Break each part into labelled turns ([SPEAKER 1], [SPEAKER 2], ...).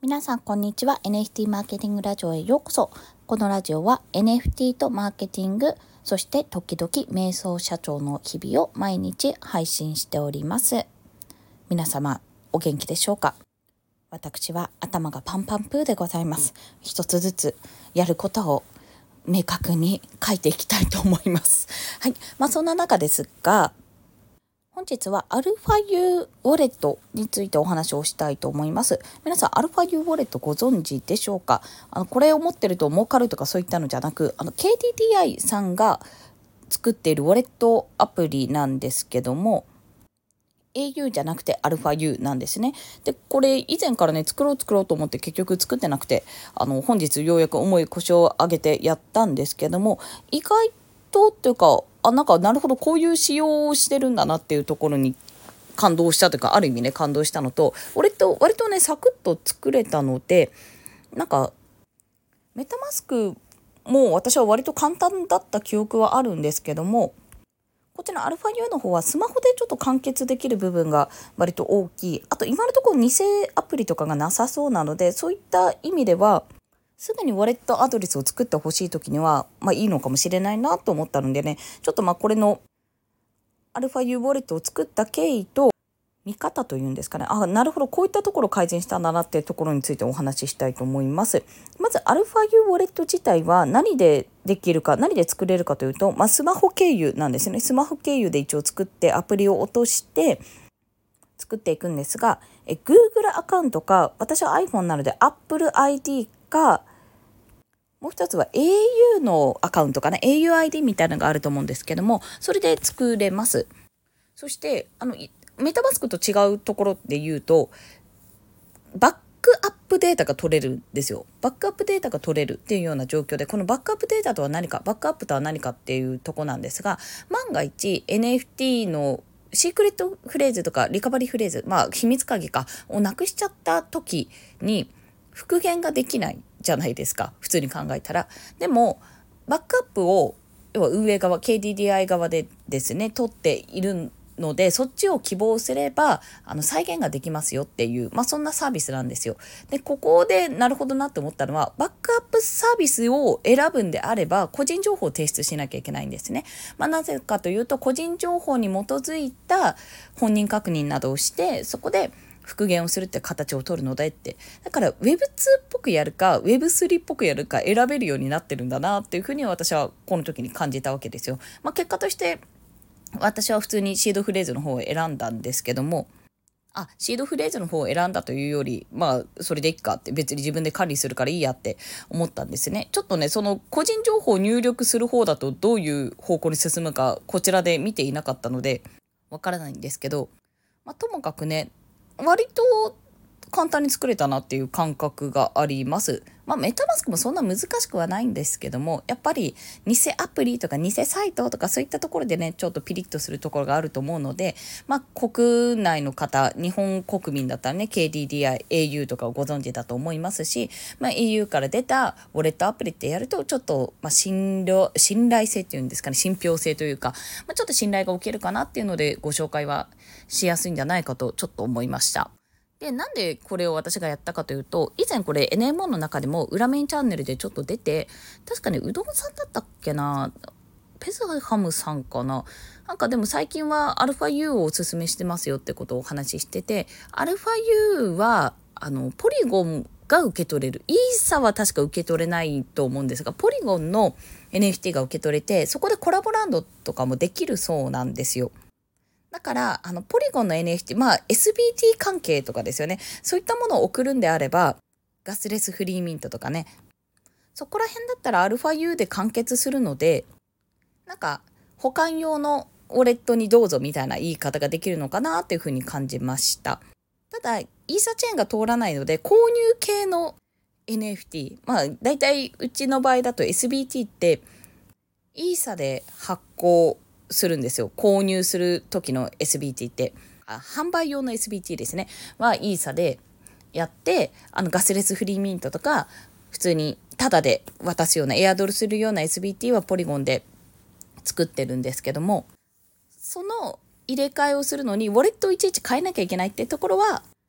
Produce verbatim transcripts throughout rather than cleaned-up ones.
[SPEAKER 1] 皆さんこんにちは。 エヌエフティー マーケティングラジオへようこそ。このラジオは エヌエフティー とマーケティング、そして時々瞑想社長の日々を毎日配信しております。皆様お元気でしょうか？私は頭がパンパンプーでございます。一つずつやることを明確に書いていきたいと思います。はい、まあそんな中ですが、本日はアルファ U ウォレットについてお話をしたいと思います。皆さんアルファ U ウォレットご存知でしょうか？あのこれを持ってると儲かるとかそういったのじゃなく、あの ケーディーディーアイ さんが作っているウォレットアプリなんですけども、 エーユー じゃなくてアルファ U なんですね。でこれ以前からね作ろう作ろうと思って結局作ってなくて、あの本日ようやく重い腰を上げてやったんですけども、意外とっていうかあなんかなるほどこういう仕様をしてるんだなっていうところに感動したというか、ある意味ね感動したのと、割と割とねサクッと作れたので、なんかメタマスクも私は割と簡単だった記憶はあるんですけども、こっちの アルファ ユー の方はスマホでちょっと完結できる部分が割と大きい。あと今のところ偽アプリとかがなさそうなので、そういった意味ではすぐにウォレットアドレスを作ってほしい時には、まあ、いいのかもしれないなと思ったのでね、ちょっとまあこれの アルファ ユー ウォレットを作った経緯と見方というんですかね、あなるほどこういったところを改善したんだなっていうところについてお話ししたいと思います。まずアルファ ユー ウォレット自体は何でできるか、何で作れるかというと、まあ、スマホ経由なんですね。スマホ経由で一応作ってアプリを落として作っていくんですが、え Google アカウントか、私は iPhone なので Apple アイディー か、もう一つは エーユー のアカウントかな、 エーユーアイディー みたいなのがあると思うんですけども、それで作れます。そしてあのメタマスクと違うところで言うと、バックアップデータが取れるんですよ。バックアップデータが取れるっていうような状況で、このバックアップデータとは何か、バックアップとは何かっていうところなんですが、万が一 エヌエフティー のシークレットフレーズとかリカバリーフレーズ、まあ秘密鍵かをなくしちゃった時に復元ができないじゃないですか、普通に考えたら。でもバックアップを要は運営側 ケーディーディーアイ 側でですね取っているので、そっちを希望すればあの再現ができますよっていう、まあ、そんなサービスなんですよ。でここでなるほどなと思ったのは、バックアップサービスを選ぶんであれば個人情報を提出しなきゃいけないんですね。まあ、なぜかというと、個人情報に基づいた本人確認などをして、そこで復元をするって形を取るのでって。だから ウェブツー っぽくやるか ウェブスリー っぽくやるか選べるようになってるんだなっていうふうに私はこの時に感じたわけですよ。まあ、結果として私は普通にシードフレーズの方を選んだんですけども、あシードフレーズの方を選んだというより、まあそれでいいかって、別に自分で管理するからいいやって思ったんですね。ちょっとねその個人情報を入力する方だとどういう方向に進むかこちらで見ていなかったのでわからないんですけど、まあ、ともかくね割と簡単に作れたなっていう感覚があります。まあメタマスクもそんな難しくはないんですけども、やっぱり偽アプリとか偽サイトとかそういったところでねちょっとピリッとするところがあると思うので、まあ国内の方、日本国民だったらね ケーディーディーアイ、エーユー とかをご存知だと思いますし、まあ、エーユー から出たウォレットアプリってやるとちょっと、まあ、信頼信頼性っていうんですかね、信憑性というか、まあ、ちょっと信頼が起きるかなっていうのでご紹介はしやすいんじゃないかとちょっと思いました。でなんでこれを私がやったかというと、以前これ エヌエムワン の中でも裏メインチャンネルでちょっと出て、確かにうどんさんだったっけな、ペスハムさんかな、なんかでも最近は アルファ ユー をおすすめしてますよってことをお話ししてて、 アルファ ユー はあのポリゴンが受け取れる、イーサは確か受け取れないと思うんですが、ポリゴンの エヌエフティー が受け取れて、そこでコラボランドとかもできるそうなんですよ。だからあのポリゴンの エヌエフティー、まあ エスビーティー 関係とかですよね、そういったものを送るんであればガスレスフリーミントとかね、そこら辺だったら アルファ ユー で完結するので、なんか保管用のウォレットにどうぞみたいな言い方ができるのかなっていうふうに感じました。ただイーサチェーンが通らないので、購入系の エヌエフティー、まあだいたいうちの場合だと エスビーティー ってイーサで発行するんですよ。購入する時の エスビーティー ってあ販売用の エスビーティー ですねはイーサでやって、あのガスレスフリーミントとか普通にタダで渡すようなエアドルするような エスビーティー はポリゴンで作ってるんですけども、その入れ替えをするのにウォレットをいちいち変えなきゃいけないってところは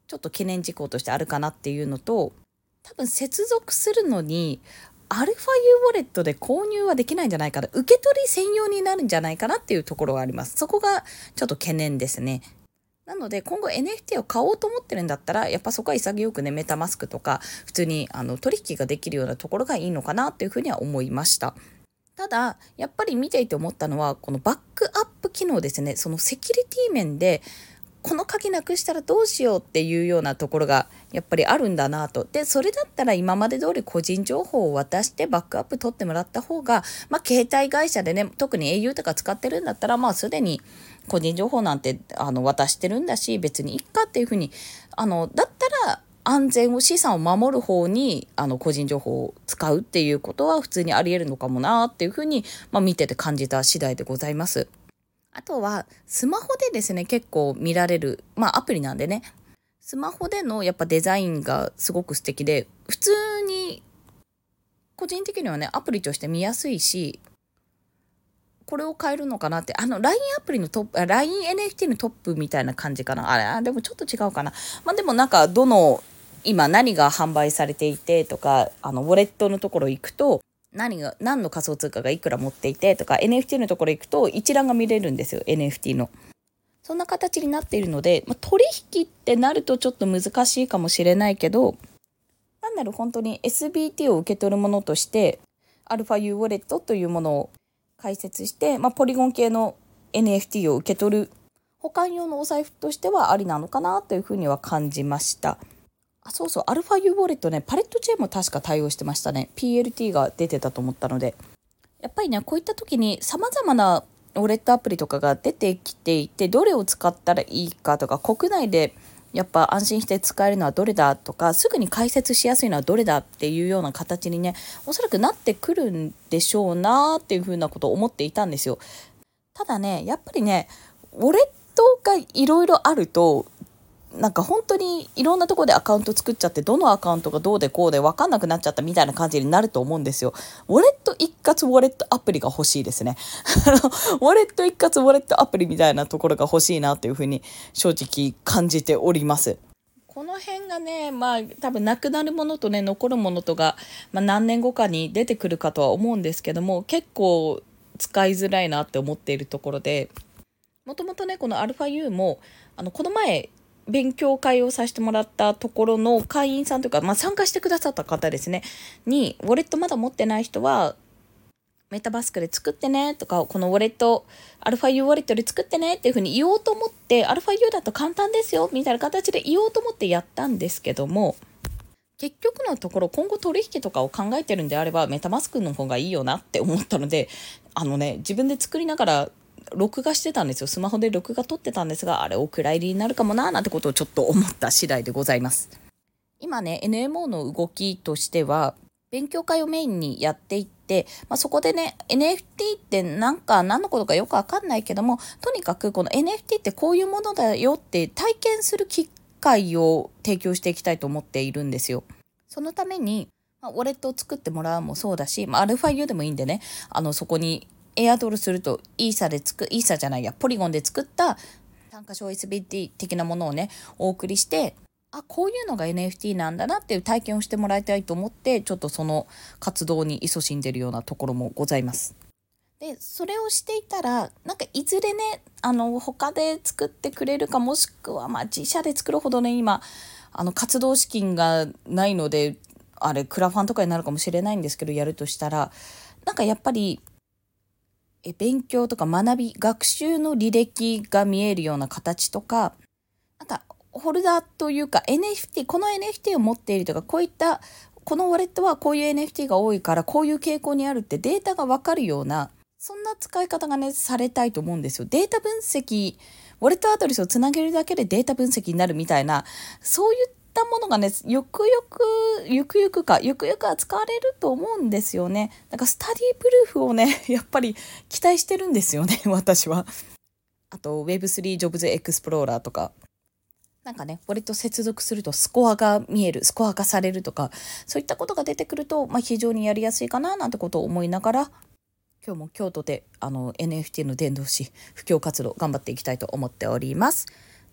[SPEAKER 1] ちょっと懸念事項としてあるかなっていうのと、多分接続するのにアルファ ユー ウォレットで購入はできないんじゃないかな、受け取り専用になるんじゃないかなっていうところがあります。そこがちょっと懸念ですね。なので今後 エヌエフティー を買おうと思ってるんだったら、やっぱそこは潔くね、メタマスクとか普通にあの取引ができるようなところがいいのかなっていうふうには思いました。ただやっぱり見ていて思ったのは、このバックアップ機能ですね。そのセキュリティ面でこの鍵なくしたらどうしようっていうようなところがやっぱりあるんだなと。でそれだったら今まで通り個人情報を渡してバックアップ取ってもらった方が、まあ携帯会社でね、特に エーユー とか使ってるんだったら、まあすでに個人情報なんてあの渡してるんだし、別にいっかっていうふうに、あのだったら安全を資産を守る方にあの個人情報を使うっていうことは普通にあり得るのかもなっていうふうに、まあ、見てて感じた次第でございます。あとはスマホでですね、結構見られる、まあアプリなんでね、スマホでのやっぱデザインがすごく素敵で、普通に個人的にはね、アプリとして見やすいし、これを変えるのかなって、あの ライン アプリのトップ、ラインエヌエフティー のトップみたいな感じかな。あれ、あでもちょっと違うかな。まあでもなんかどの今何が販売されていてとか、あのウォレットのところ行くと、何が何の仮想通貨がいくら持っていてとか、 エヌエフティー のところ行くと一覧が見れるんですよ。 エヌエフティー のそんな形になっているので、まあ、取引ってなるとちょっと難しいかもしれないけど、単なる本当に エスビーティー を受け取るものとしてアルファ ユー ウォレットというものを開設して、まあ、ポリゴン系の エヌエフティー を受け取る保管用のお財布としてはありなのかなというふうには感じました。あ、そうそう、アルファ ユー ウォレットね、パレットチェーンも確か対応してましたね。 ピーエルティー が出てたと思ったので、やっぱりね、こういった時に様々なウォレットアプリとかが出てきていて、どれを使ったらいいかとか、国内でやっぱ安心して使えるのはどれだとか、すぐに解説しやすいのはどれだっていうような形にね、おそらくなってくるんでしょうなっていうふうなことを思っていたんですよ。ただね、やっぱりね、ウォレットがいろいろあると、なんか本当にいろんなところでアカウント作っちゃって、どのアカウントがどうでこうで分かんなくなっちゃったみたいな感じになると思うんですよ。ウォレット一括ウォレットアプリが欲しいですね。ウォレット一括ウォレットアプリみたいなところが欲しいなというふうに正直感じております。この辺がね、まあ多分なくなるものとね、残るものとが、まあ、何年後かに出てくるかとは思うんですけども、結構使いづらいなって思っているところで、もともとね、この アルファ ユー もあのこの前勉強会をさせてもらったところの会員さんというか、まあ、参加してくださった方ですねに、ウォレットまだ持ってない人はメタバスクで作ってねとか、このウォレットアルファ ユー ウォレットで作ってねっていうふうに言おうと思って、アルファ ユー だと簡単ですよみたいな形で言おうと思ってやったんですけども、結局のところ今後取引とかを考えてるんであればメタマスクの方がいいよなって思ったので、あのね、自分で作りながら録画してたんですよ。スマホで録画撮ってたんですが、あれお蔵入りになるかもなーなんてことをちょっと思った次第でございます。今ね エヌエムオー の動きとしては、勉強会をメインにやっていって、まあ、そこでね エヌエフティー ってなんか何のことかよくわかんないけども、とにかくこの エヌエフティー ってこういうものだよって体験する機会を提供していきたいと思っているんですよ。そのために、まあ、ウォレットを作ってもらうもそうだし、まあ、アルファ ユー でもいいんでね、あのそこにエアドルするとイーサでつくイーサじゃないやポリゴンで作った単価証 エスビーティー 的なものをねお送りして、あ、こういうのが エヌエフティー なんだなっていう体験をしてもらいたいと思って、ちょっとその活動に勤しんでいるようなところもございます。でそれをしていたら、なんかいずれね、あの他で作ってくれるか、もしくはまあ自社で作るほどね、今あの活動資金がないので、あれクラファンとかになるかもしれないんですけど、やるとしたらなんかやっぱりえ勉強とか学び学習の履歴が見えるような形とか、なんかホルダーというか エヌエフティー、 この エヌエフティー を持っているとか、こういったこのウォレットはこういう エヌエフティー が多いからこういう傾向にあるってデータが分かるような、そんな使い方がねされたいと思うんですよ。データ分析、ウォレットアドレスをつなげるだけでデータ分析になるみたいな、そういったものがね、ゆくゆくゆくゆくかゆくゆくは使われると思うんですよね。だからスタディプルーフをねやっぱり期待してるんですよね私は。あと ウェブスリー ジョブズエクスプローラーとか、なんかね、ウォレット接続するとスコアが見える、スコア化されるとか、そういったことが出てくると、まあ、非常にやりやすいかななんてことを思いながら、今日も京都であの エヌエフティー の伝道師布教活動頑張っていきたいと思っております。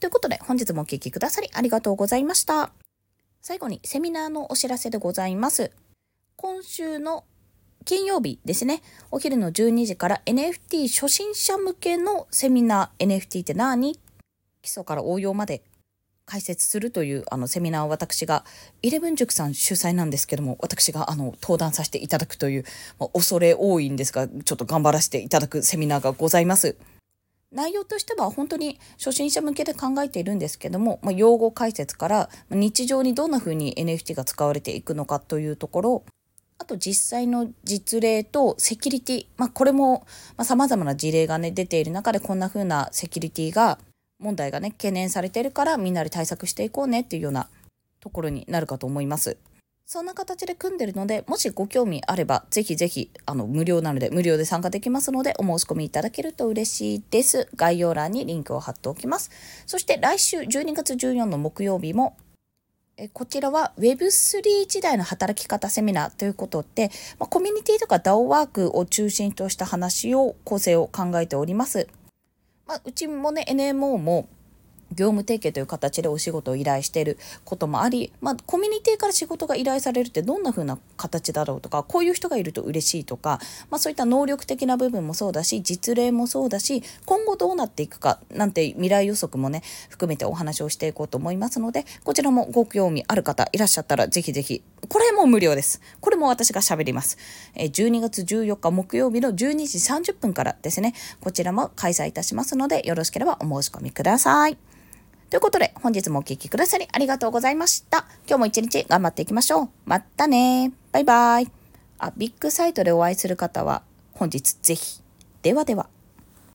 [SPEAKER 1] ということで本日もお聞きくださりありがとうございました。最後にセミナーのお知らせでございます。今週の金曜日ですね、お昼のじゅうにじから エヌエフティー 初心者向けのセミナー、 エヌエフティー って何？基礎から応用まで解説するというあのセミナーを私がイレブン塾さん主催なんですけども、私があの登壇させていただくという、まあ、恐れ多いんですがちょっと頑張らせていただくセミナーがございます。内容としては本当に初心者向けで考えているんですけども、まあ、用語解説から日常にどんな風に エヌエフティー が使われていくのかというところ、あと実際の実例とセキュリティ、まあ、これもさまざまな事例がね出ている中でこんな風なセキュリティが問題がね懸念されているからみんなで対策していこうねっていうようなところになるかと思います。そんな形で組んでるので、もしご興味あればぜひぜひあの無料なので無料で参加できますのでお申し込みいただけると嬉しいです。概要欄にリンクを貼っておきます。そして来週じゅうにがつじゅうよっかの木曜日もえこちらは ウェブスリー 時代の働き方セミナーということで、まあ、コミュニティとか ダオ ワークを中心とした話を構成を考えております。まあ、うちもね エヌエムオー も業務提携という形でお仕事を依頼していることもあり、まあ、コミュニティから仕事が依頼されるってどんな風な形だろうとか、こういう人がいると嬉しいとか、まあ、そういった能力的な部分もそうだし実例もそうだし、今後どうなっていくかなんて未来予測もね含めてお話をしていこうと思いますので、こちらもご興味ある方いらっしゃったらぜひぜひ、これも無料です。これも私が喋ります。じゅうにがつじゅうよっか木曜日のじゅうにじさんじゅっぷんからですね、こちらも開催いたしますのでよろしければお申し込みください。ということで本日もお聞きくださりありがとうございました。今日も一日頑張っていきましょう。またね。バイバイ。あ、ビッグサイトでお会いする方は本日ぜひ。ではでは。